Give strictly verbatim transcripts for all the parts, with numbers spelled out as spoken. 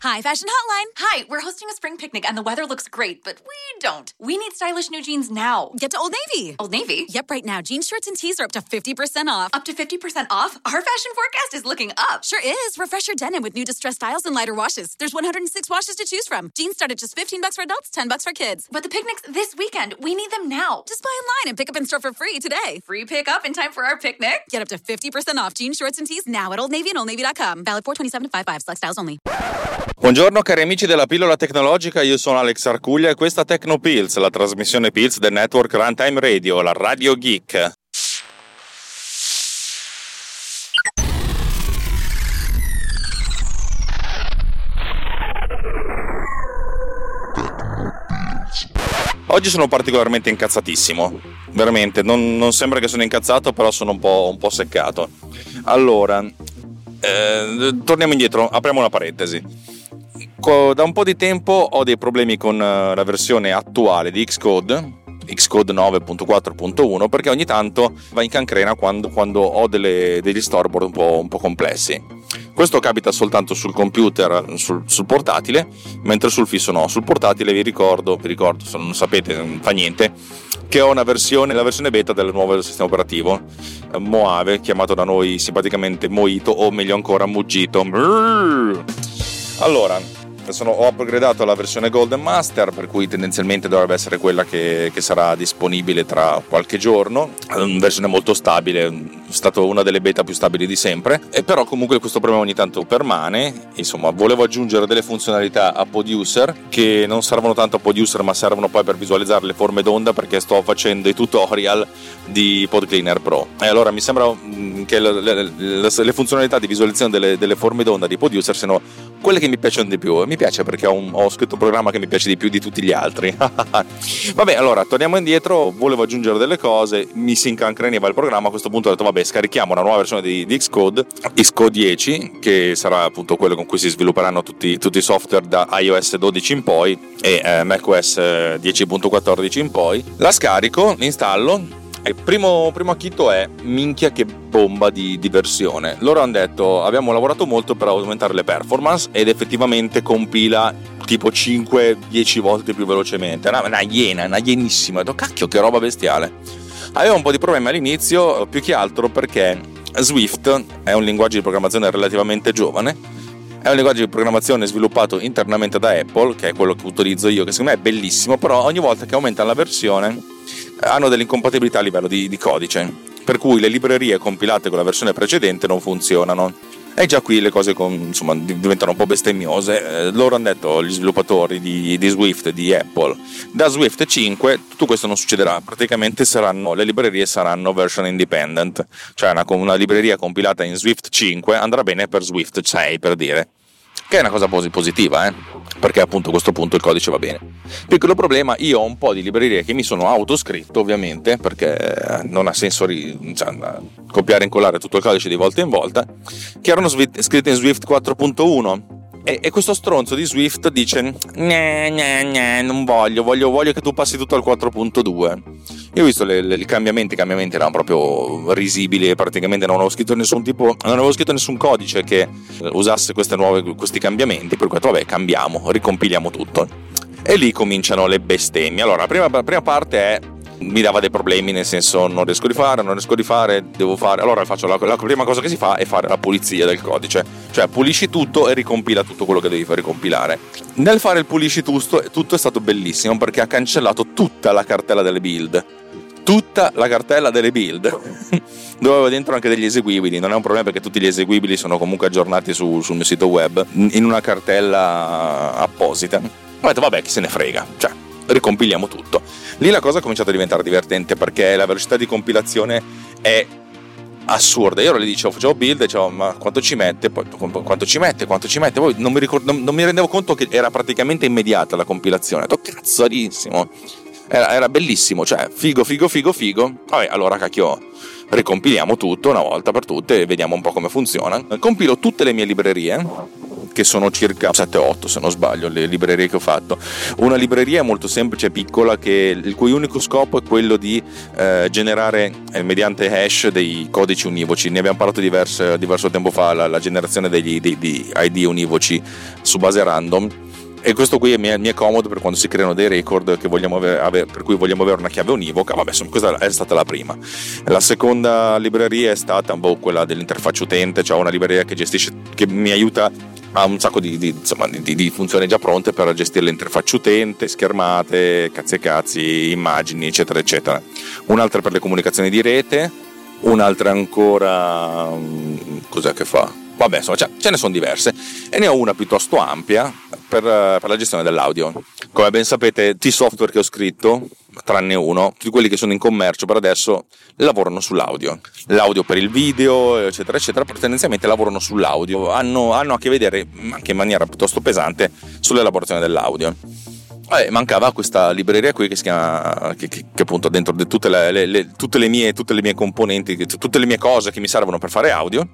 Hi, Fashion Hotline. Hi, we're hosting a spring picnic and the weather looks great, but we don't. We need stylish new jeans now. Get to Old Navy. Old Navy? Yep, right now, jeans, shorts, and tees are up to fifty percent off. Up to fifty percent off? Our fashion forecast is looking up. Sure is. Refresh your denim with new distressed styles and lighter washes. There's one hundred six washes to choose from. Jeans start at just fifteen bucks for adults, ten bucks for kids. But the picnic's this weekend. We need them now. Just buy online and pick up in store for free today. Free pickup in time for our picnic? Get up to fifty percent off jeans, shorts, and tees now at Old Navy and old navy dot com. Valid four twenty-seven to five five. Select styles only. Buongiorno cari amici della pillola tecnologica, io sono Alex Arcuglia e questa è TechnoPills, la trasmissione Pills del network Runtime Radio, la Radio Geek. Oggi sono particolarmente incazzatissimo, veramente, non, non sembra che sono incazzato, però sono un po', un po' seccato. Allora, eh, torniamo indietro, apriamo una parentesi. Da un po' di tempo ho dei problemi con la versione attuale di Xcode, Xcode nove punto quattro punto uno, perché ogni tanto va in cancrena quando, quando ho delle, degli storyboard un po', un po' complessi. Questo capita soltanto sul computer, sul, sul portatile, mentre sul fisso no. Sul portatile vi ricordo, vi ricordo, se non sapete non fa niente, che ho una versione, la versione beta del nuovo sistema operativo Mojave, chiamato da noi simpaticamente Mojito, o meglio ancora Mugito. Allora, sono, ho upgradato la versione Golden Master, per cui tendenzialmente dovrebbe essere quella che, che sarà disponibile tra qualche giorno. Una versione molto stabile, è stata una delle beta più stabili di sempre, e però comunque questo problema ogni tanto permane. Insomma, volevo aggiungere delle funzionalità a Poduser che non servono tanto a Poduser ma servono poi per visualizzare le forme d'onda, perché sto facendo i tutorial di PodCleaner Pro e allora mi sembra che le, le, le, le funzionalità di visualizzazione delle, delle forme d'onda di Poduser siano quelle che mi piacciono di più. Mi piace perché ho, un, ho scritto un programma che mi piace di più di tutti gli altri. Vabbè, allora torniamo indietro. Volevo aggiungere delle cose, mi si incancreniva il programma. A questo punto ho detto vabbè, scarichiamo una nuova versione di, di Xcode, Xcode dieci, che sarà appunto quello con cui si svilupperanno tutti, tutti i software da iOS dodici in poi e eh, macOS dieci punto quattordici in poi. La scarico, l'installo. Il primo, primo acchito è minchia che bomba di, di versione. Loro hanno detto abbiamo lavorato molto per aumentare le performance ed effettivamente compila tipo cinque dieci volte più velocemente. Una, una iena, una ienissima. Ho detto cacchio che roba bestiale. Avevo un po' di problemi all'inizio, più che altro perché Swift è un linguaggio di programmazione relativamente giovane. È un linguaggio di programmazione sviluppato internamente da Apple, che è quello che utilizzo io, che secondo me è bellissimo, però ogni volta che aumentano la versione hanno delle incompatibilità a livello di, di codice, per cui le librerie compilate con la versione precedente non funzionano. E già qui le cose con, insomma, diventano un po' bestemmiose. Eh, loro hanno detto, gli sviluppatori di, di Swift, di Apple, da Swift cinque tutto questo non succederà, praticamente saranno, le librerie saranno version independent, cioè una, una libreria compilata in Swift cinque andrà bene per Swift sei, per dire, che è una cosa positiva, eh? Perché appunto a questo punto il codice va bene. Piccolo problema, io ho un po' di librerie che mi sono autoscritto, ovviamente, perché non ha senso ri, cioè, copiare e incollare tutto il codice di volta in volta, che erano scritte in Swift quattro punto uno. E, e questo stronzo di Swift dice nah, nah, nah, non voglio, voglio voglio che tu passi tutto al quattro punto due. Io ho visto le, le, i cambiamenti i cambiamenti erano proprio risibili e praticamente non avevo scritto nessun tipo non avevo scritto nessun codice che usasse queste nuove, questi cambiamenti, per cui vabbè, cambiamo, ricompiliamo tutto. E lì cominciano le bestemmie. Allora la prima, la prima parte è mi dava dei problemi, nel senso non riesco a rifare, non riesco a rifare, devo fare, allora faccio la, la prima cosa che si fa è fare la pulizia del codice, cioè pulisci tutto e ricompila tutto quello che devi fare ricompilare. Nel fare il pulisci tutto, tutto è stato bellissimo perché ha cancellato tutta la cartella delle build, tutta la cartella delle build dove avevo dentro anche degli eseguibili. Non è un problema perché tutti gli eseguibili sono comunque aggiornati su, sul mio sito web in una cartella apposita. Ho detto vabbè, chi se ne frega, cioè ricompiliamo tutto. Lì la cosa ha cominciato a diventare divertente perché la velocità di compilazione è assurda. Io ora le dicevo, facevo build e dicevo ma quanto ci mette, poi quanto ci mette, quanto ci mette, poi non mi, ricordo, non, non mi rendevo conto che era praticamente immediata la compilazione. Ho detto cazzarissimo, era, era bellissimo, cioè figo figo figo figo. Vabbè, allora cacchio, ricompiliamo tutto una volta per tutte e vediamo un po' come funziona. Compilo tutte le mie librerie che sono circa sette otto se non sbaglio le librerie che ho fatto. Una libreria molto semplice e piccola che il cui unico scopo è quello di eh, generare eh, mediante hash dei codici univoci. Ne abbiamo parlato diverso, diverso tempo fa, la, la generazione degli, dei, di I D univoci su base random. E questo qui mi è, mi è comodo per quando si creano dei record che vogliamo avere, avere, per cui vogliamo avere una chiave univoca. Vabbè, insomma, questa è stata la prima. La seconda libreria è stata boh, quella dell'interfaccia utente, cioè una libreria che gestisce, che mi aiuta a un sacco di, di, insomma, di, di funzioni già pronte per gestire l'interfaccia utente, schermate, cazzi e cazzi, immagini, eccetera, eccetera. Un'altra per le comunicazioni di rete, un'altra ancora, cos'è che fa? Vabbè, insomma, cioè, ce ne sono diverse e ne ho una piuttosto ampia per, per la gestione dell'audio. Come ben sapete, tutti i software che ho scritto, tranne uno, tutti quelli che sono in commercio per adesso, lavorano sull'audio. L'audio per il video, eccetera, eccetera, però tendenzialmente lavorano sull'audio, hanno, hanno a che vedere, anche in maniera piuttosto pesante, sull'elaborazione dell'audio. Eh, mancava questa libreria qui che si chiama che, che, che appunto dentro de tutte, le, le, le, tutte le mie tutte le mie componenti, tutte le mie cose che mi servono per fare audio.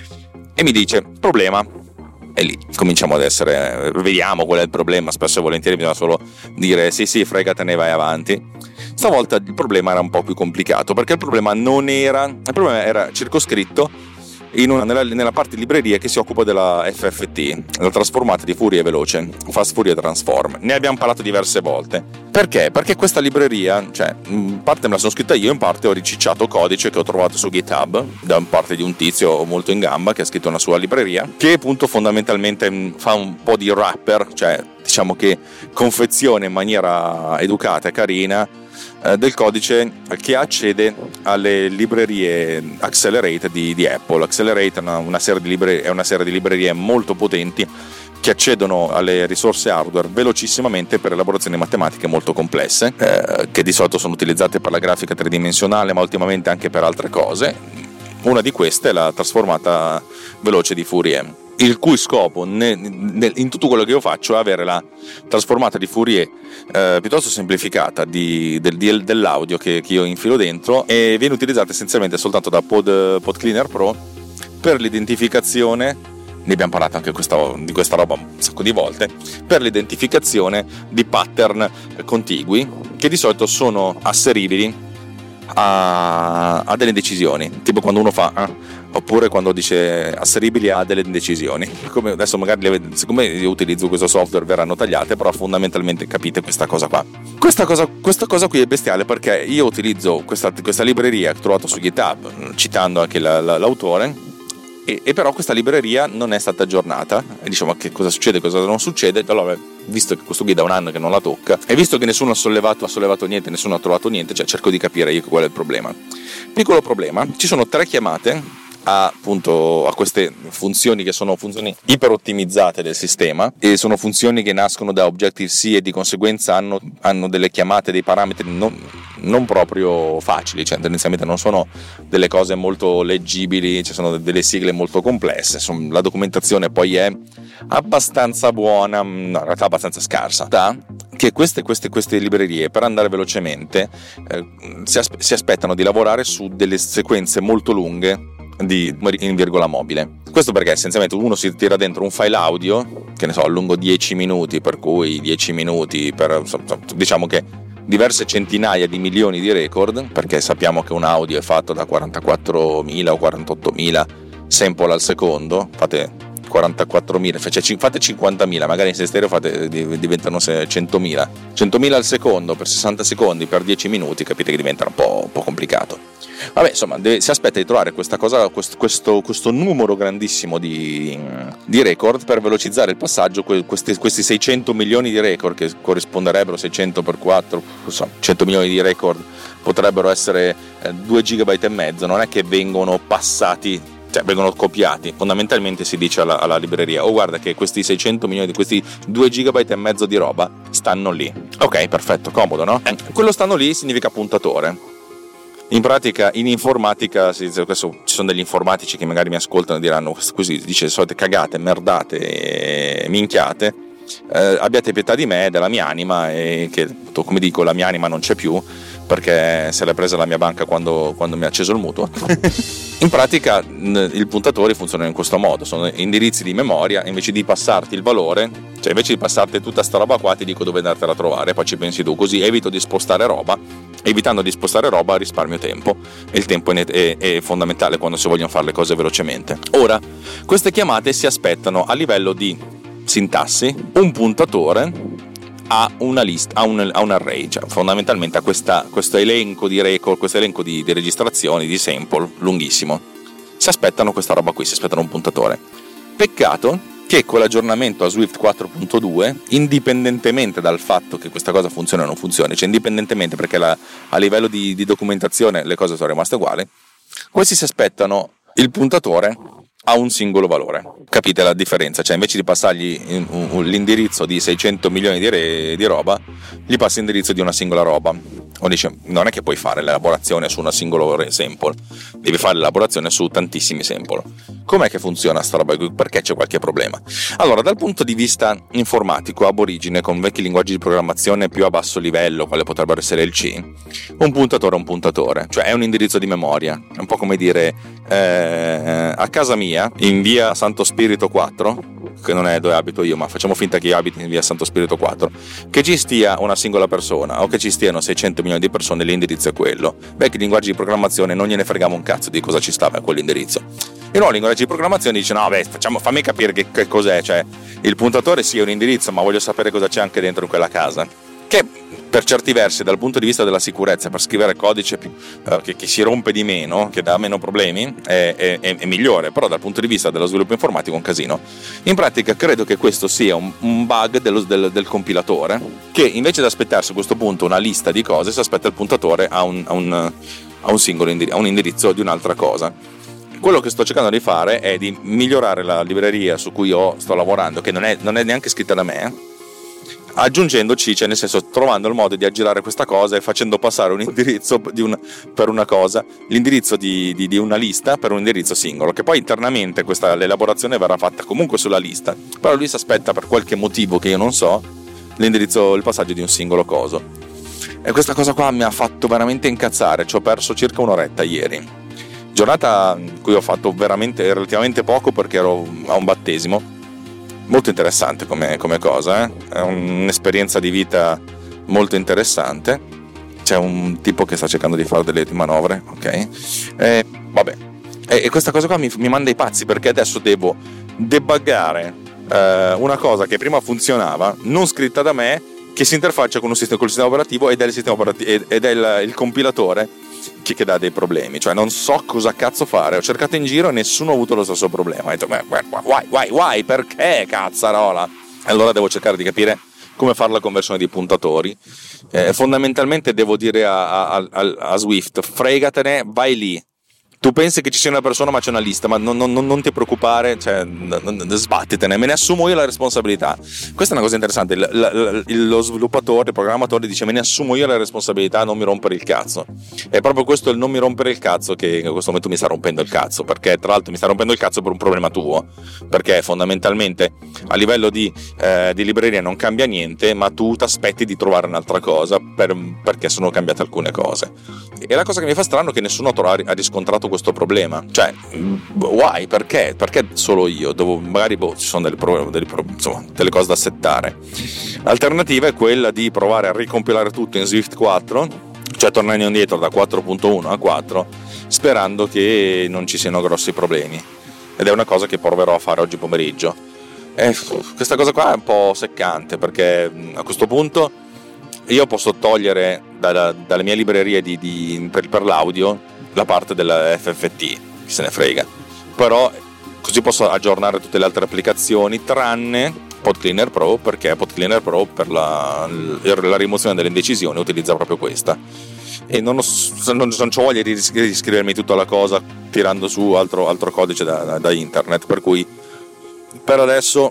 E mi dice, problema, e lì cominciamo ad essere, vediamo qual è il problema. Spesso e volentieri bisogna solo dire sì sì, fregatene, vai avanti. Stavolta il problema era un po' più complicato, perché il problema non era, il problema era circoscritto in una, nella, nella parte libreria che si occupa della F F T, la trasformata di Fourier veloce, Fast Fourier Transform. Ne abbiamo parlato diverse volte. Perché? Perché questa libreria, cioè, in parte me la sono scritta io, in parte ho ricicciato codice che ho trovato su GitHub da parte di un tizio molto in gamba che ha scritto una sua libreria, che appunto fondamentalmente fa un po' di wrapper, cioè diciamo che confeziona in maniera educata e carina eh, del codice che accede alle librerie Accelerate di, di Apple. Accelerate è una, una, serie di librerie, è una serie di librerie molto potenti che accedono alle risorse hardware velocissimamente per elaborazioni matematiche molto complesse, eh, che di solito sono utilizzate per la grafica tridimensionale, ma ultimamente anche per altre cose. Una di queste è la trasformata veloce di Fourier, il cui scopo ne, ne, in tutto quello che io faccio è avere la trasformata di Fourier eh, piuttosto semplificata di, del, di, dell'audio che, che io infilo dentro, e viene utilizzata essenzialmente soltanto da Pod, Pod Cleaner Pro per l'identificazione. Ne abbiamo parlato anche questa, di questa roba un sacco di volte, per l'identificazione di pattern contigui che di solito sono asseribili a, a delle decisioni, tipo quando uno fa eh, oppure quando dice asseribili a delle indecisioni. Come adesso magari siccome io utilizzo questo software verranno tagliate, però fondamentalmente capite questa cosa qua. Questa cosa, questa cosa qui è bestiale, perché io utilizzo questa, questa libreria che ho trovato su GitHub, citando anche la, la, l'autore. E, e però questa libreria non è stata aggiornata, e diciamo che cosa succede, cosa non succede. Allora, visto che questo qui da un anno che non la tocca, e visto che nessuno ha sollevato, ha sollevato niente, nessuno ha trovato niente, cioè cerco di capire io qual è il problema. Piccolo problema, ci sono tre chiamate a, appunto, a queste funzioni che sono funzioni iper ottimizzate del sistema, e sono funzioni che nascono da Objective-C e di conseguenza hanno, hanno delle chiamate, dei parametri non, non proprio facili, cioè tendenzialmente non sono delle cose molto leggibili, ci sono delle sigle molto complesse. Insomma, la documentazione poi è abbastanza buona, no, in realtà abbastanza scarsa, da che queste, queste, queste librerie per andare velocemente eh, si, aspe- si aspettano di lavorare su delle sequenze molto lunghe di in virgola mobile. Questo perché essenzialmente uno si tira dentro un file audio che ne so lungo dieci minuti, per cui dieci minuti per, diciamo che diverse centinaia di milioni di record, perché sappiamo che un audio è fatto da quarantaquattromila o quarantottomila sample al secondo. Fate quarantaquattromila, cioè fate cinquantamila, magari in stereo fate, diventano centomila centomila al secondo per sessanta secondi per dieci minuti, capite che diventa un po', un po' complicato. Vabbè, insomma, deve, si aspetta di trovare questa cosa, questo, questo, questo numero grandissimo di, di record per velocizzare il passaggio. Questi, questi seicento milioni di record, che corrisponderebbero seicento per quattro, insomma, cento milioni di record, potrebbero essere eh, due gigabyte e mezzo. Non è che vengono passati, cioè vengono copiati. Fondamentalmente si dice alla, alla libreria: oh, guarda che questi seicento milioni, questi due gigabyte e mezzo di roba stanno lì. Ok, perfetto, comodo, no? Eh, quello stanno lì significa puntatore. In pratica, in informatica, questo, ci sono degli informatici che magari mi ascoltano e diranno così, dice solite cagate, merdate e minchiate. eh, abbiate pietà di me, della mia anima, e che, come dico, la mia anima non c'è più perché se l'è presa la mia banca quando, quando mi ha acceso il mutuo. In pratica i puntatori funzionano in questo modo, sono indirizzi di memoria, invece di passarti il valore, cioè invece di passarti tutta sta roba qua ti dico dove andartela a trovare, poi ci pensi tu, così evito di spostare roba, evitando di spostare roba risparmio tempo, e il tempo è, è, è fondamentale quando si vogliono fare le cose velocemente. Ora, queste chiamate si aspettano a livello di sintassi un puntatore a una lista, a un, a un array, cioè fondamentalmente a questa, questo elenco di record, questo elenco di, di registrazioni, di sample lunghissimo. Si aspettano questa roba qui, si aspettano un puntatore. Peccato che con l'aggiornamento a Swift quattro punto due, indipendentemente dal fatto che questa cosa funzioni o non funzioni, cioè indipendentemente perché la, a livello di, di documentazione le cose sono rimaste uguali, questi si aspettano il puntatore a un singolo valore. Capite la differenza? Cioè invece di passargli l'indirizzo di seicento milioni di, re, di roba, gli passi l'indirizzo di una singola roba. O dice, non è che puoi fare l'elaborazione su una singola sample, devi fare l'elaborazione su tantissimi sample. Com'è che funziona sta roba qui? Perché c'è qualche problema? Allora, dal punto di vista informatico, ab origine, con vecchi linguaggi di programmazione più a basso livello, quale potrebbero essere il C, un puntatore è un puntatore, cioè è un indirizzo di memoria. È un po' come dire, eh, a casa mia, in via Santo Spirito quattro, che non è dove abito io, ma facciamo finta che io abiti in via Santo Spirito quattro, che ci stia una singola persona o che ci stiano seicento milioni di persone, l'indirizzo è quello. Vecchi linguaggi di programmazione non gliene freghiamo un cazzo di cosa ci stava a quell'indirizzo. I nuovi linguaggi di programmazione dicono, no beh, facciamo, fammi capire che, che cos'è, cioè il puntatore sì è un indirizzo, ma voglio sapere cosa c'è anche dentro in quella casa, che per certi versi dal punto di vista della sicurezza, per scrivere codice più, uh, che, che si rompe di meno, che dà meno problemi, è, è, è migliore, però dal punto di vista dello sviluppo informatico è un casino. In pratica credo che questo sia un, un bug dello, del, del compilatore, che invece di aspettarsi a questo punto una lista di cose, si aspetta il puntatore a un, a un, a un singolo indirizzo, a un indirizzo di un'altra cosa. Quello che sto cercando di fare è di migliorare la libreria su cui io sto lavorando, che non è, non è neanche scritta da me, aggiungendoci, cioè nel senso trovando il modo di aggirare questa cosa e facendo passare un indirizzo di una, per una cosa, l'indirizzo di, di, di una lista per un indirizzo singolo, che poi internamente questa l'elaborazione verrà fatta comunque sulla lista, però lui si aspetta per qualche motivo che io non so l'indirizzo, il passaggio di un singolo coso, e questa cosa qua mi ha fatto veramente incazzare. Ci ho perso circa un'oretta ieri, giornata in cui ho fatto veramente relativamente poco perché ero a un battesimo. Molto interessante come, come cosa, eh? È un'esperienza di vita molto interessante. C'è un tipo che sta cercando di fare delle manovre, ok? E, vabbè, e, e questa cosa qua mi, mi manda i pazzi, perché adesso devo debuggare eh, una cosa che prima funzionava, non scritta da me, che si interfaccia con un sistema, con il sistema operativo ed è il sistema operativo ed è il, il compilatore che, che dà dei problemi. Cioè non so cosa cazzo fare, ho cercato in giro e nessuno ha avuto lo stesso problema. Ho detto, ma why, why, why, perché cazzarola? Allora devo cercare di capire come fare la conversione di puntatori. Eh, fondamentalmente devo dire a, a, a, a Swift, fregatene, vai lì. Tu pensi che ci sia una persona ma c'è una lista, ma non, non, non ti preoccupare, cioè, sbattetene, me ne assumo io la responsabilità. Questa è una cosa interessante, il, il, lo sviluppatore, il programmatore dice me ne assumo io la responsabilità, non mi rompere il cazzo. E proprio questo è il non mi rompere il cazzo che in questo momento mi sta rompendo il cazzo, perché tra l'altro mi sta rompendo il cazzo per un problema tuo, perché fondamentalmente a livello di, eh, di libreria non cambia niente, ma tu ti aspetti di trovare un'altra cosa per, perché sono cambiate alcune cose. E la cosa che mi fa strano è che nessuno ha riscontrato questo problema, cioè why, perché perché solo io devo, magari boh, ci sono delle, pro, delle, pro, insomma, delle cose da settare. L'alternativa è quella di provare a ricompilare tutto in Swift quattro, cioè tornare indietro da quattro punto uno a quattro, sperando che non ci siano grossi problemi, ed è una cosa che proverò a fare oggi pomeriggio. E questa cosa qua è un po' seccante, perché a questo punto io posso togliere dalla, dalle mie librerie di, di, per, per l'audio la parte della F F T, chi se ne frega, però così posso aggiornare tutte le altre applicazioni tranne PodCleaner Pro, perché PodCleaner Pro per la, la rimozione delle indecisioni utilizza proprio questa, e non, ho, non, non c'ho voglia di riscrivermi tutta la cosa tirando su altro, altro codice da, da, da internet, per cui per adesso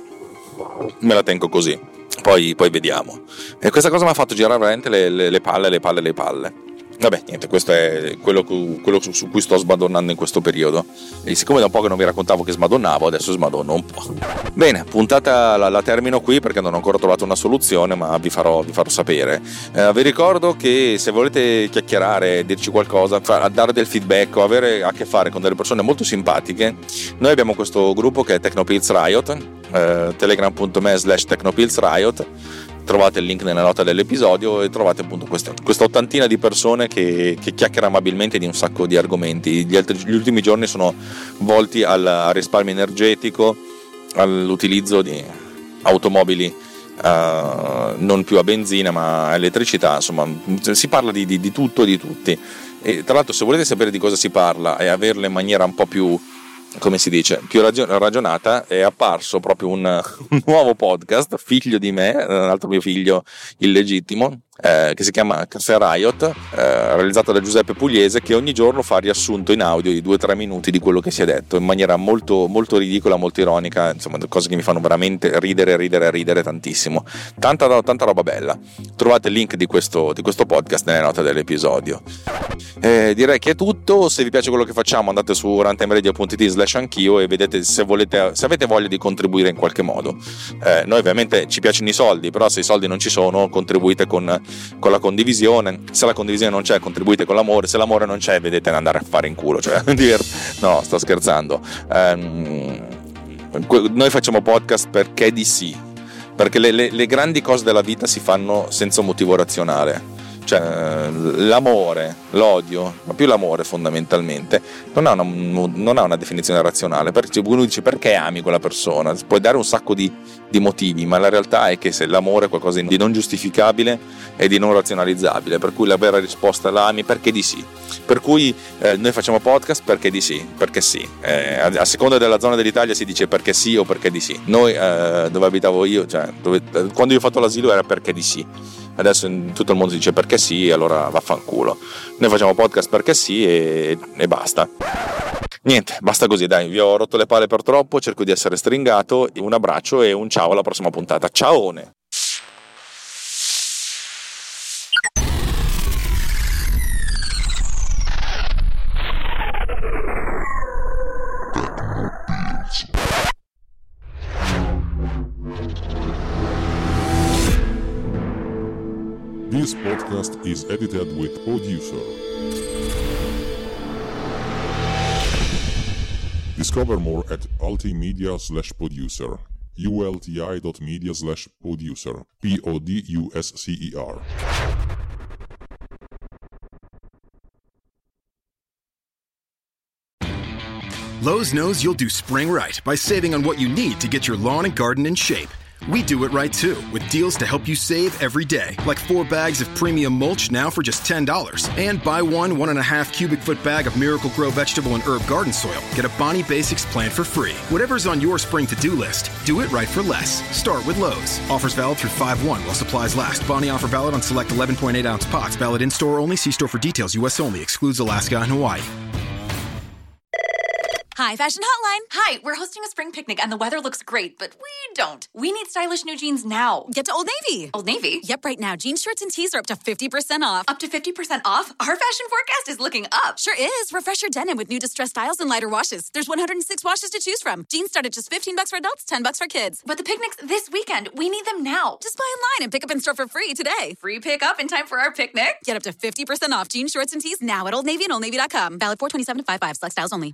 me la tengo così, poi, poi vediamo. E questa cosa mi ha fatto girare veramente le, le, le palle, le palle, le palle. Vabbè, niente, questo è quello, quello su cui sto smadonnando in questo periodo. E siccome da un po' che non vi raccontavo che smadonnavo, adesso smadonno un po'. Bene, puntata la, la termino qui perché non ho ancora trovato una soluzione, ma vi farò, vi farò sapere. Eh, vi ricordo che se volete chiacchierare, dirci qualcosa, far, dare del feedback o avere a che fare con delle persone molto simpatiche, noi abbiamo questo gruppo che è Technopills Riot, eh, telegram punto me slash Technopills Riot. Trovate il link nella nota dell'episodio e trovate appunto questa, questa ottantina di persone che, che chiacchiera amabilmente di un sacco di argomenti. Gli, altri, gli ultimi giorni sono volti al, al risparmio energetico, all'utilizzo di automobili uh, non più a benzina ma a elettricità, insomma si parla di, di, di tutto e di tutti. E tra l'altro, se volete sapere di cosa si parla e averlo in maniera un po' più, come si dice, più ragionata, è apparso proprio un, un nuovo podcast, figlio di me, un altro mio figlio illegittimo, eh, che si chiama Caffè Riot, eh, realizzato da Giuseppe Pugliese, che ogni giorno fa riassunto in audio di due o tre minuti di quello che si è detto, in maniera molto, molto ridicola, molto ironica, insomma cose che mi fanno veramente ridere, ridere, ridere tantissimo. Tanta, tanta roba bella. Trovate il link di questo, di questo podcast nelle note dell'episodio. Eh, direi che è tutto. Se vi piace quello che facciamo, andate su runtimeradio punto it slash anch'io e vedete se volete, se avete voglia di contribuire in qualche modo. Eh, noi ovviamente ci piacciono i soldi, però se i soldi non ci sono, contribuite con, con la condivisione. Se la condivisione non c'è, contribuite con l'amore. Se l'amore non c'è, vedete andare a fare in culo, cioè, no, sto scherzando. Eh, noi facciamo podcast perché di sì, perché le, le, le grandi cose della vita si fanno senza un motivo razionale. Cioè, l'amore, l'odio, ma più l'amore fondamentalmente non ha una, non ha una definizione razionale. Perché uno dice: perché ami quella persona? Puoi dare un sacco di, di motivi, ma la realtà è che se l'amore è qualcosa di non giustificabile e di non razionalizzabile, per cui la vera risposta è l'ami perché di sì. Per cui eh, noi facciamo podcast perché di sì, perché sì. Eh, a, a seconda della zona dell'Italia si dice perché sì o perché di sì. Noi eh, dove abitavo io, cioè dove, quando io ho fatto l'asilo era perché di sì. Adesso in tutto il mondo si dice perché sì, allora vaffanculo. Noi facciamo podcast perché sì e, e basta. Niente, basta così, dai, vi ho rotto le palle per troppo, cerco di essere stringato. Un abbraccio e un ciao alla prossima puntata. Ciaone! This podcast is edited with Producer. Discover more at ultimedia slash producer. ulti.media slash producer. P O D U S C E R. Lowe's knows you'll do spring right by saving on what you need to get your lawn and garden in shape. We do it right, too, with deals to help you save every day. Like four bags of premium mulch now for just ten dollars. And buy one one and a half cubic foot bag of Miracle-Gro vegetable and herb garden soil. Get a Bonnie Basics plant for free. Whatever's on your spring to-do list, do it right for less. Start with Lowe's. Offers valid through five one while supplies last. Bonnie offer valid on select eleven point eight ounce pots. Valid in-store only. See store for details. U S only. Excludes Alaska and Hawaii. Hi, Fashion Hotline. Hi, we're hosting a spring picnic and the weather looks great, but we don't. We need stylish new jeans now. Get to Old Navy. Old Navy? Yep, right now. Jeans, shirts, and tees are up to fifty percent off. Up to fifty percent off? Our fashion forecast is looking up. Sure is. Refresh your denim with new distressed styles and lighter washes. There's one hundred six washes to choose from. Jeans start at just fifteen bucks for adults, ten bucks for kids. But the picnic's this weekend. We need them now. Just buy online and pick up in store for free today. Free pickup in time for our picnic? Get up to fifty percent off jeans, shorts, and tees now at Old Navy and old navy dot com. Valid four twenty-seven to five five. Select styles only.